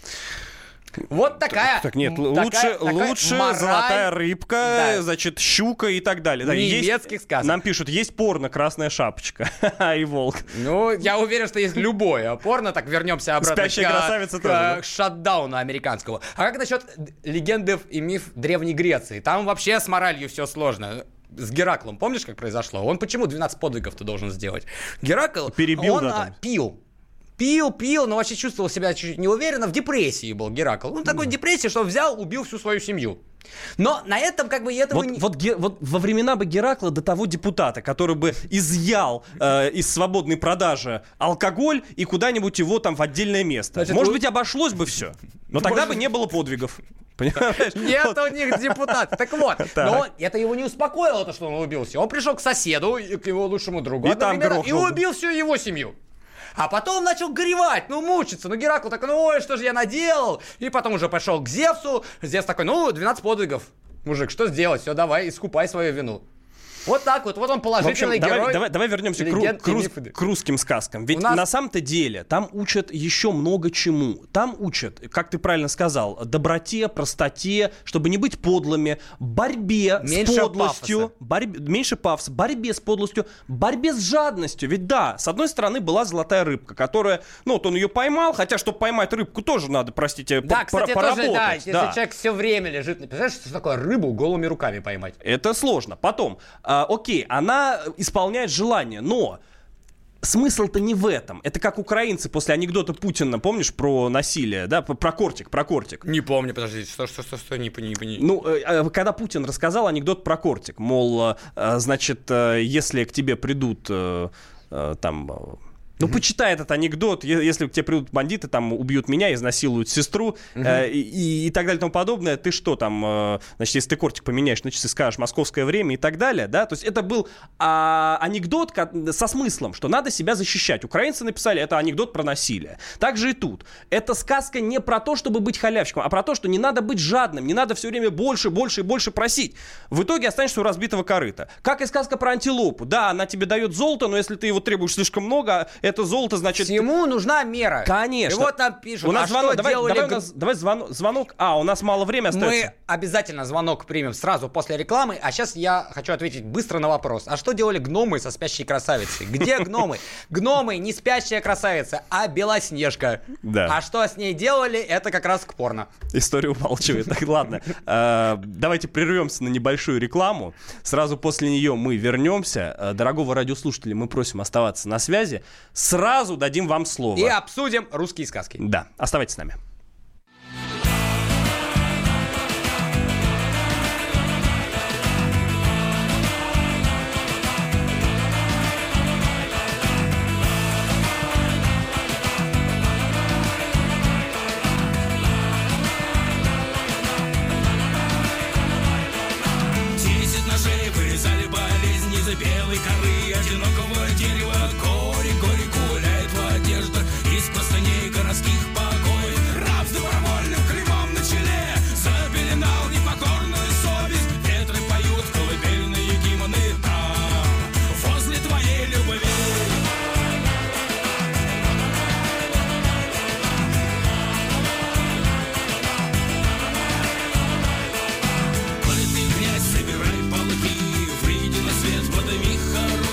B: Вот такая.
C: Так, так нет,
B: такая,
C: лучше,
B: такая
C: лучше
B: мораль,
C: золотая рыбка,
B: да.
C: значит, щука и так далее. Да,
B: немецких
C: есть,
B: сказок.
C: Нам пишут, есть порно «Красная шапочка» и «Волк».
B: Ну, я уверен, что есть любое порно. Так, вернемся обратно
C: «Спящая
B: к,
C: красавица»
B: к,
C: тоже, да?
B: к шатдауну американского. А как насчет легенды и миф Древней Греции? Там вообще с моралью все сложно. С Гераклом, помнишь, как произошло? Он почему двенадцать подвигов-то должен сделать? Геракл,
C: Перебил,
B: он
C: да,
B: а, пил. Пил, пил, но вообще чувствовал себя чуть-чуть неуверенно. В депрессии был Геракл. Он такой в депрессии, что взял, убил всю свою семью. Но на этом как бы этого
C: вот,
B: не...
C: Вот, ге, вот во времена бы Геракла до того депутата, который бы изъял э, из свободной продажи алкоголь и куда-нибудь его там в отдельное место.
B: Значит,
C: Может
B: вы...
C: быть, обошлось бы все. Но тогда бы не было подвигов. Понимаешь?
B: Нет у них депутата. Так вот, но это его не успокоило, то, что он убился. Он пришел к соседу, к его лучшему другу,
C: и там
B: и убил всю его семью. А потом начал горевать, ну, мучиться. Ну, Геракл такой, ну, ой, что же я наделал? И потом уже пошел к Зевсу. Зевс такой, ну, двенадцать подвигов. Мужик, что сделать? Все, давай, искупай свою вину. Вот так вот, вот он положительный
C: в общем,
B: герой.
C: Давай, давай, давай вернемся к, ру, к, рус, к русским сказкам. Ведь нас... на самом-то деле там учат еще много чему. Там учат, как ты правильно сказал, доброте, простоте, чтобы не быть подлыми, борьбе меньше с подлостью, борьбе, меньше пафоса, борьбе с подлостью, борьбе с жадностью. Ведь да, с одной стороны была золотая рыбка, которая, ну вот он ее поймал, хотя чтобы поймать рыбку тоже надо, простите,
B: да,
C: по-
B: кстати,
C: поработать.
B: Тоже, да, если
C: да.
B: человек все время лежит, представляешь, что такое рыбу голыми руками поймать?
C: Это сложно. Потом, а, окей, она исполняет желание, но смысл-то не в этом. Это как украинцы после анекдота Путина, помнишь, про насилие, да, про кортик, про кортик.
B: Не помню, подождите, что, что, что, что, не понимаю. Не, не.
C: Ну, э, когда Путин рассказал анекдот про кортик, мол, э, значит, э, если к тебе придут э, э, там... Э, Ну, mm-hmm. почитай этот анекдот, если к тебе придут бандиты, там, убьют меня, изнасилуют сестру mm-hmm. э, и, и так далее и тому подобное, ты что там, э, значит, если ты кортик поменяешь на часы, скажешь московское время и так далее, да, то есть это был а, анекдот со смыслом, что надо себя защищать. Украинцы написали, это анекдот про насилие. Так же и тут. Это сказка не про то, чтобы быть халявщиком, а про то, что не надо быть жадным, не надо все время больше, больше и больше просить. В итоге останешься у разбитого корыта. Как и сказка про антилопу. Да, она тебе дает золото, но если ты его требуешь слишком много, это золото, значит...
B: Всему нужна мера.
C: Конечно.
B: И вот нам пишут,
C: у нас
B: а
C: звонок,
B: что
C: давай,
B: делали...
C: Давай, у нас, давай звонок, звонок. А, у нас мало времени остается.
B: Мы обязательно звонок примем сразу после рекламы. А сейчас я хочу ответить быстро на вопрос. А что делали гномы со спящей красавицей? Где гномы? Гномы не спящая красавица, а Белоснежка.
C: Да.
B: А что с ней делали, это как раз к порно.
C: История умалчивает. Так, ладно. Давайте прервемся на небольшую рекламу. Сразу после нее мы вернемся. Дорогого радиослушателя мы просим оставаться на связи. Сразу дадим вам слово.
B: И обсудим русские сказки.
C: Да, оставайтесь с нами.
I: Десять ножей вырезали болезнь из-за белой коры одинокого дерева. Горе, горе, гуляет в одеждах из простыней городских покоев. Раб с добровольным клеймом на челе запеленал непокорную совесть. Ветры поют колыбельные гимны там, возле твоей любви. Собирай полки, выйди на свет, подыми хоро.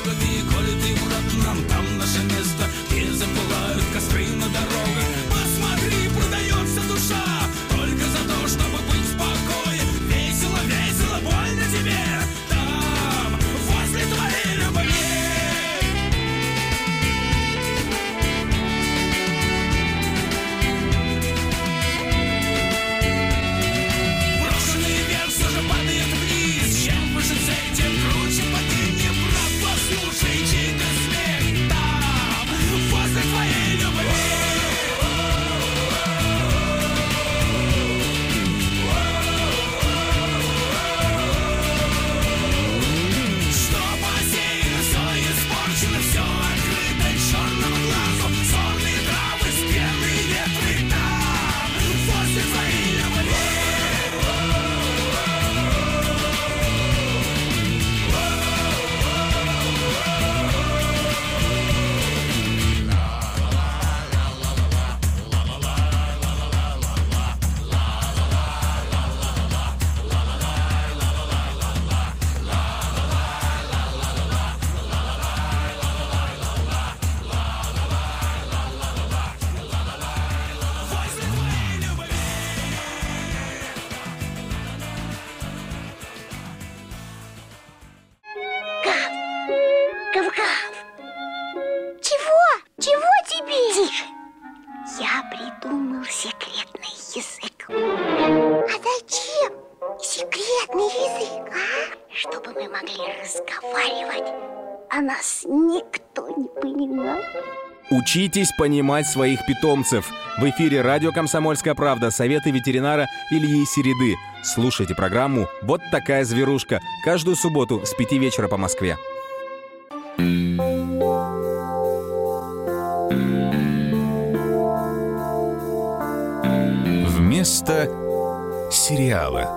J: разговаривать, а нас никто не понимает.
K: Учитесь понимать своих питомцев. В эфире радио «Комсомольская правда», советы ветеринара Ильи Середы. Слушайте программу «Вот такая зверушка» каждую субботу с пяти вечера по Москве.
F: Вместо сериала.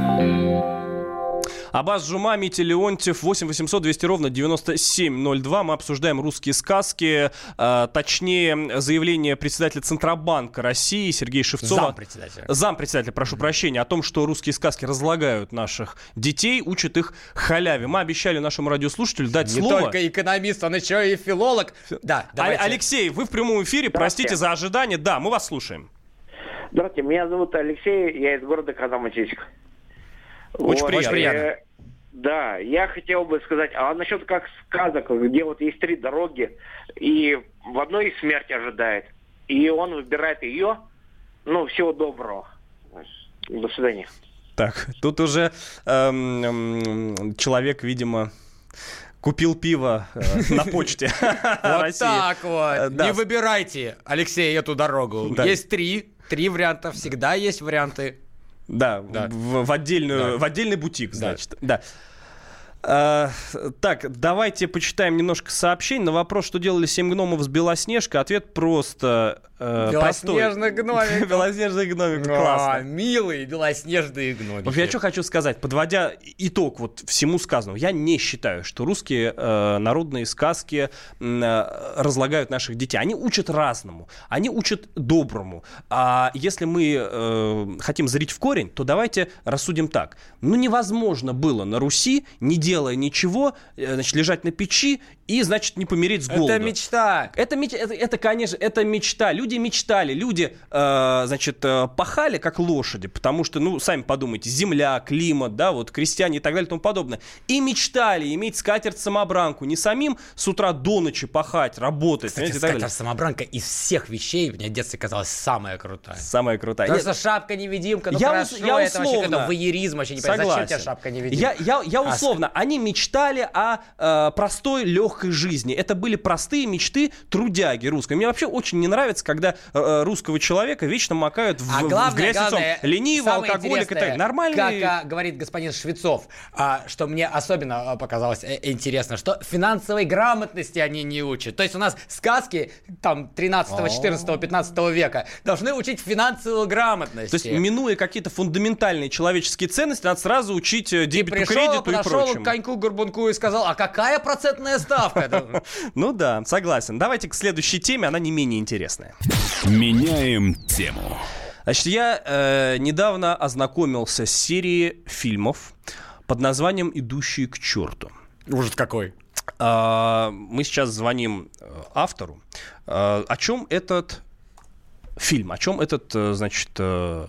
C: Аббас Жума, Митя Леонтьев, восемь восемьсот двести ровно девяносто семь ноль два. Мы обсуждаем русские сказки, э, точнее, заявление председателя Центробанка России Сергея Шевцова.
B: Зампредседателя.
C: Зампредседателя, прошу mm-hmm. прощения, о том, что русские сказки разлагают наших детей, учат их халяве. Мы обещали нашему радиослушателю дать
B: Не
C: слово.
B: Не только экономист, он еще и филолог. Да, давайте.
C: Алексей, вы в прямом эфире, простите за ожидание. Да, мы вас слушаем.
L: Здравствуйте, меня зовут Алексей, я из города Козьма-Чичик.
C: Очень
L: вот.
C: приятно.
L: Э, да, я хотел бы сказать, а насчет как сказок, где вот есть три дороги, и в одной смерть ожидает, и он выбирает ее. Ну, всего доброго. До свидания.
C: Так, тут уже эм, эм, человек, видимо... Купил пиво э, на почте.
B: Вот так вот. Не выбирайте, Алексей, эту дорогу. Есть три. Три варианта. Всегда есть варианты.
C: Да, в отдельный бутик, значит. Да. А, так, давайте почитаем немножко сообщений. На вопрос, что делали семь гномов с Белоснежкой, ответ просто э,
B: Белоснежный гномик.
C: Белоснежный гномик, классно.
B: Милые белоснежные гномики.
C: Я что хочу сказать, подводя итог вот всему сказанному, я не считаю, что русские э, народные сказки э, разлагают наших детей. Они учат разному, они учат доброму. А если мы э, хотим зрить в корень, то давайте рассудим так. Ну, невозможно было на Руси не делать делая ничего, значит, лежать на печи и, значит, не помереть с голоду.
B: Это мечта.
C: Это, это, это конечно, это мечта. Люди мечтали, люди, э, значит, э, пахали, как лошади, потому что, ну, сами подумайте, земля, климат, да, вот, крестьяне и так далее и тому подобное. И мечтали иметь скатерть-самобранку, не самим с утра до ночи пахать, работать.
B: Кстати, скатерть-самобранка из всех вещей мне в детстве казалась самая крутая.
C: Самая крутая.
B: Потому что шапка-невидимка, ну
C: я
B: хорошо,
C: ус, я
B: это
C: условно,
B: вообще какой-то воеризм, вообще не понятно, зачем тебе шапка-невидимка?
C: Я, я, я условно, а... они мечтали о э, простой, легкой жизни. Это были простые мечты трудяги русской. Мне вообще очень не нравится, когда э, русского человека вечно макают в,
B: а главное,
C: в грязь лицом. Ленивый, алкоголик и так далее. Нормальный...
B: Как а, говорит господин Швецов, а, что мне особенно показалось э, интересно, что финансовой грамотности они не учат. То есть у нас сказки там тринадцатого, четырнадцатого, пятнадцатого века должны учить финансовую грамотность.
C: То есть, минуя какие-то фундаментальные человеческие ценности, надо сразу учить дебету,
B: пришел,
C: кредиту и прочему.
B: Подошел к коньку-горбунку и сказал, а какая процентная ставка?
C: Ну да, согласен. Давайте к следующей теме, она не менее интересная.
A: Меняем тему.
C: Значит, я э, недавно ознакомился с серией фильмов под названием «Идущие к черту».
B: Ужас какой.
C: Э, мы сейчас звоним автору. Э, о чем этот фильм, о чем этот, значит, э,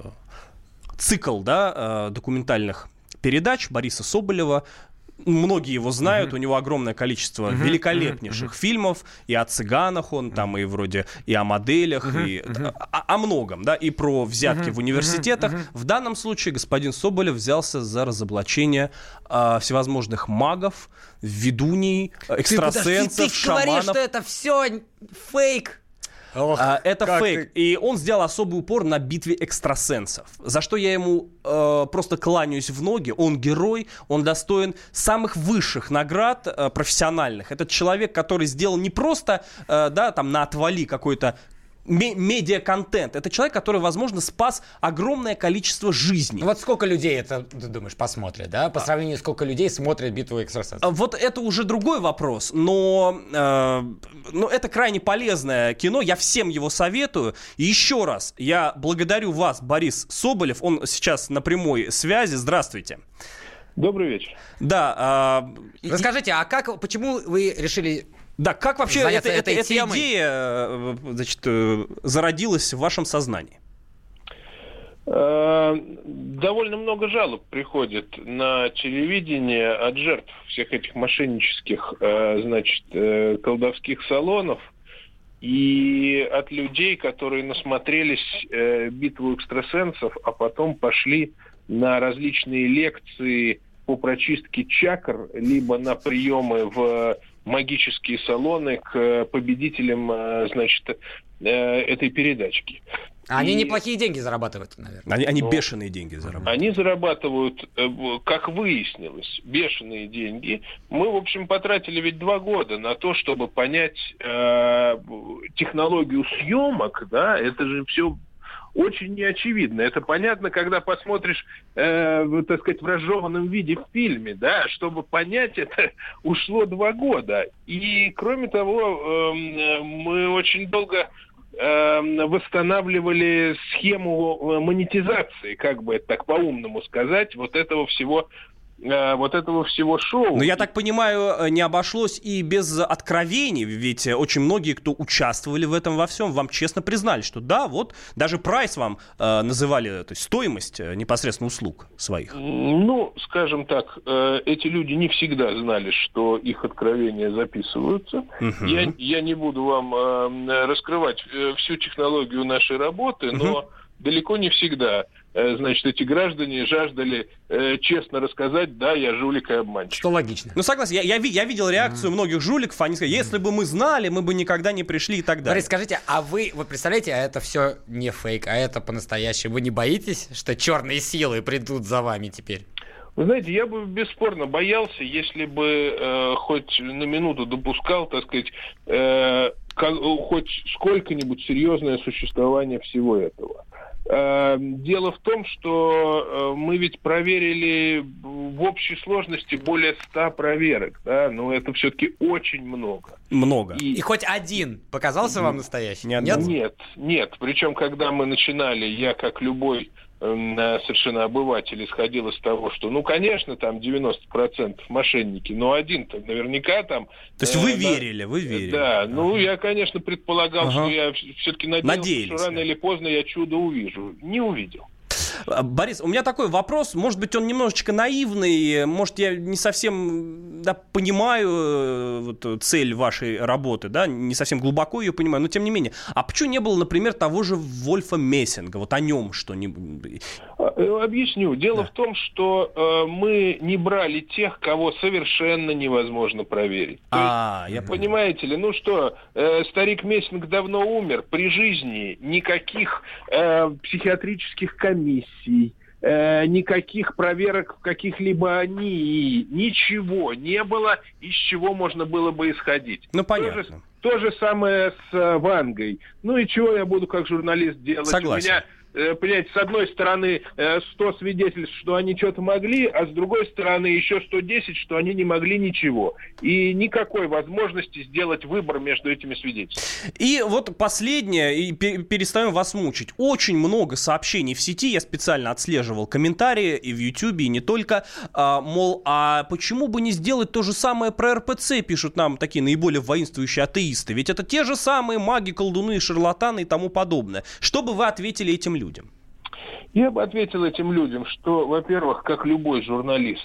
C: цикл, да, э, документальных передач Бориса Соболева. Многие его знают, uh-huh. у него огромное количество uh-huh. великолепнейших uh-huh. фильмов, и о цыганах он, uh-huh. там и вроде, и о моделях, uh-huh. и uh-huh. О, о многом, да, и про взятки uh-huh. в университетах. Uh-huh. В данном случае господин Соболев взялся за разоблачение э, всевозможных магов, ведуней, экстрасенсов,
B: ты, подожди, ты
C: шаманов.
B: Ты говоришь, что это все фейк.
C: Ох, а, это фейк. Ты... И он сделал особый упор на битве экстрасенсов. За что я ему э, просто кланяюсь в ноги. Он герой, он достоин самых высших наград э, профессиональных. Этот человек, который сделал не просто э, да, там, на отвали какой-то медиа-контент. Это человек, который, возможно, спас огромное количество жизней.
B: Ну вот сколько людей это, ты думаешь, посмотрят, да? По сравнению с сколько людей смотрят «Битву экстрасенсов»?
C: Вот это уже другой вопрос, но, э, но это крайне полезное кино, я всем его советую. И еще раз, я благодарю вас, Борис Соболев, он сейчас на прямой связи. Здравствуйте.
M: Добрый вечер.
C: Да.
B: Э, Расскажите, а как, почему вы решили...
C: Да, как вообще это, это, эта идея, значит, зародилась в вашем сознании?
M: Довольно много жалоб приходит на телевидение от жертв всех этих мошеннических, значит, колдовских салонов и от людей, которые насмотрелись «Битву экстрасенсов», а потом пошли на различные лекции по прочистке чакр, либо на приемы в магические салоны к победителям, значит, этой передачки.
B: Они
M: и...
B: неплохие деньги зарабатывают, наверное.
C: Они, они
M: Но
C: бешеные деньги зарабатывают.
M: Они зарабатывают, как выяснилось, бешеные деньги. Мы, в общем, потратили ведь два года на то, чтобы понять э, технологию съемок, да, это же все очень неочевидно. Это понятно, когда посмотришь, э, так сказать, в разжеванном виде в фильме, да, чтобы понять это, ушло два года. И, кроме того, э, мы очень долго восстанавливали схему монетизации, как бы это так по-умному сказать, вот этого всего, вот этого всего шоу.
C: Но я так понимаю, не обошлось и без откровений, ведь очень многие, кто участвовали в этом во всем, вам честно признали, что да, вот даже прайс вам э, называли, то есть стоимость непосредственно услуг своих.
M: Ну, скажем так, э, эти люди не всегда знали, что их откровения записываются. Uh-huh. Я, я не буду вам э, раскрывать э, всю технологию нашей работы, но uh-huh. далеко не всегда, значит, эти граждане жаждали э, честно рассказать, да, я жулик и обманщик.
B: Что логично.
C: Ну, согласен, я, я, я видел реакцию mm. многих жуликов, они сказали, если бы мы знали, мы бы никогда не пришли и так далее.
B: Борис, скажите, а вы, вы представляете, а это все не фейк, а это по-настоящему. Вы не боитесь, что черные силы придут за вами теперь?
M: Вы знаете, я бы бесспорно боялся, если бы э, хоть на минуту допускал, так сказать, э, как, хоть сколько-нибудь серьезное существование всего этого. Дело в том, что мы ведь проверили в общей сложности более ста проверок, да, но это все-таки очень много.
C: Много.
B: И, и хоть один показался вам настоящий?
C: Нет?
M: Нет, нет. Причем, когда мы начинали, я, как любой совершенно обыватель, исходил из того, что, ну, конечно, там девяносто процентов мошенники, но один-то наверняка там...
C: То есть э, вы верили, вы верили?
M: Да, ну, ага. я, конечно, предполагал, ага. что я все-таки надеялся, Надеялись, что рано да. или поздно я чудо увижу. Не увидел.
C: Борис, у меня такой вопрос, может быть, он немножечко наивный, может, я не совсем да, понимаю вот, цель вашей работы, да, не совсем глубоко ее понимаю, но тем не менее. А почему не было, например, того же Вольфа Мессинга, вот о нем что-нибудь?
M: Объясню. Дело да. в том, что э, мы не брали тех, кого совершенно невозможно проверить.
C: А,
M: есть,
C: я понял.
M: Понимаете ли, ну что, э, старик Мессинг давно умер, при жизни никаких э, психиатрических комиссий, э, никаких проверок в каких-либо НИИ, ничего не было, из чего можно было бы исходить.
C: Ну, понятно.
M: То же, то же самое с э, Вангой. Ну и чего я буду как журналист делать?
C: Согласен.
M: У меня... Понимаете, с одной стороны сто свидетельств, что они что-то могли, а с другой стороны еще сто десять, что они не могли ничего. И никакой возможности сделать выбор между этими свидетельствами.
C: И вот последнее, и перестаем вас мучить. Очень много сообщений в сети, я специально отслеживал комментарии и в Ютьюбе, и не только, а, мол, а почему бы не сделать то же самое про эр пэ цэ, пишут нам такие наиболее воинствующие атеисты. Ведь это те же самые маги, колдуны, шарлатаны и тому подобное. Что бы вы ответили этим людям? людям?
M: Я бы ответил этим людям, что, во-первых, как любой журналист,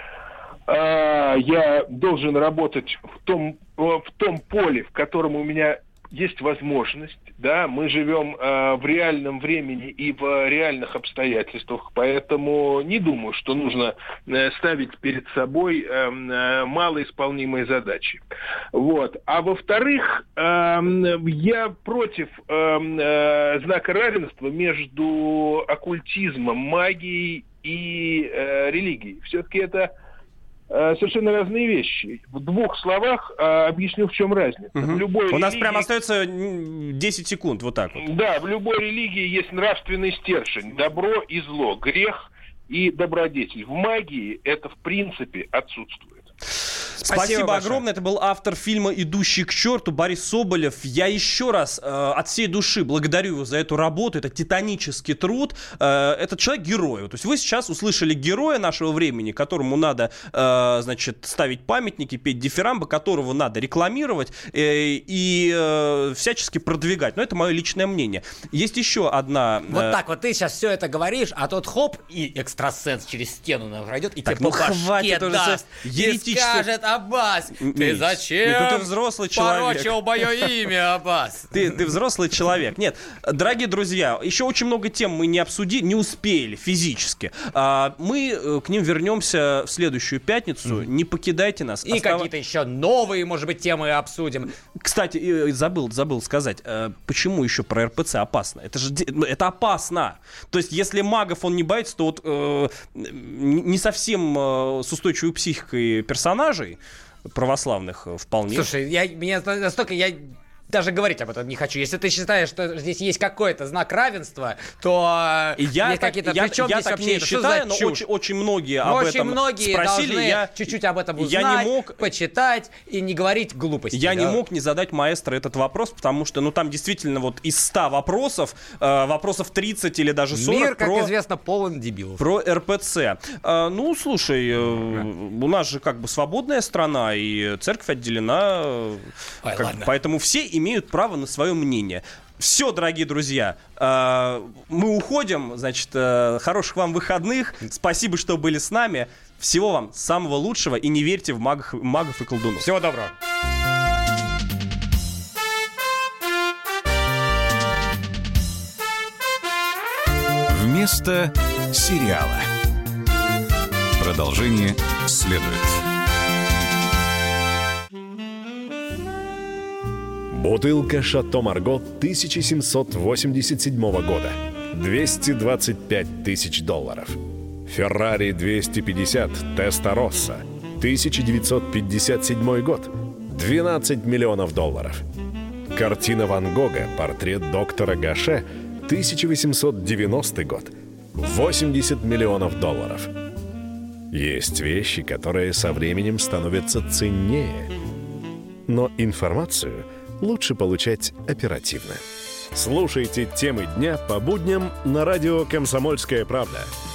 M: я должен работать в том, в том поле, в котором у меня есть возможность, да, мы живем э, в реальном времени и в реальных обстоятельствах, поэтому не думаю, что нужно э, ставить перед собой э, э, малоисполнимые задачи. Вот. А во-вторых, э, я против э, э, знака равенства между оккультизмом, магией и э, религией. Все-таки это совершенно разные вещи. В двух словах а, объясню, в чем разница.
C: Угу.
M: В любой
C: У
M: религии...
C: нас прямо остается десять секунд, вот так вот.
M: Да, в любой религии есть нравственный стержень. Добро и зло, грех и добродетель. В магии это, в принципе, отсутствует.
C: Спасибо, Спасибо огромное. Это был автор фильма «Идущий к черту» Борис Соболев. Я еще раз э, от всей души благодарю его за эту работу. Это титанический труд. Э, этот человек герой. То есть вы сейчас услышали героя нашего времени, которому надо э, значит, ставить памятники, петь дифирамбы, которого надо рекламировать э, и э, всячески продвигать. Но это мое личное мнение. Есть еще одна... Э...
B: Вот так вот ты сейчас все это говоришь, а тот хоп, и экстрасенс через стену пройдет, и
C: так,
B: тебе
C: ну
B: по башке
C: хватит
B: даст.
C: Уже...
B: И скажет, Аббас, ты
C: Мить,
B: зачем
C: Мить, ну ты взрослый человек.
B: порочил мое имя, Аббас?
C: Ты, ты взрослый человек. Нет, дорогие друзья, еще очень много тем мы не обсудили, не успели физически. А, мы к ним вернемся в следующую пятницу. Mm-hmm. Не покидайте нас.
B: И Остав... какие-то еще новые, может быть, темы обсудим.
C: Кстати, забыл, забыл сказать, почему еще про эр пэ цэ опасно? Это же это опасно. То есть, если магов он не боится, то вот э, не совсем э, с устойчивой психикой персонажей православных вполне.
B: Слушай, я, меня настолько... Я... Даже говорить об этом не хочу. Если ты считаешь, что здесь есть какой-то знак равенства, то
C: я
B: есть
C: так,
B: какие-то...
C: Я,
B: Причем
C: я
B: здесь
C: так
B: вообще
C: не
B: это?
C: считаю, но очень, очень многие
B: но
C: об
B: очень
C: этом
B: многие
C: спросили.
B: Должны
C: я
B: чуть-чуть об этом узнать,
C: я не мог,
B: почитать и не говорить глупости.
C: Я
B: да?
C: не мог не задать маэстро этот вопрос, потому что, ну, там действительно вот из ста вопросов, э, вопросов тридцать или даже сорок
B: Мир, как
C: про,
B: известно, полон дебилов.
C: Про эр пэ цэ. Э, ну, слушай, э, у нас же как бы свободная страна, и церковь отделена, э,
B: Ой,
C: как,
B: ладно.
C: поэтому все имеют право на свое мнение. Все, дорогие друзья, э, мы уходим, значит, э, хороших вам выходных, спасибо, что были с нами, всего вам самого лучшего и не верьте в магов, магов и колдунов.
B: Всего доброго.
A: Вместо сериала. Продолжение следует.
N: Бутылка «Шато Марго» тысяча семьсот восемьдесят седьмого года. двести двадцать пять тысяч долларов. «Феррари двести пятьдесят Теста-Росса» тысяча девятьсот пятьдесят седьмой год. двенадцать миллионов долларов. Картина Ван Гога «Портрет доктора Гаше» тысяча восемьсот девяностый год. восемьдесят миллионов долларов. Есть вещи, которые со временем становятся ценнее. Но информацию лучше получать оперативно. Слушайте темы дня по будням на радио «Комсомольская правда».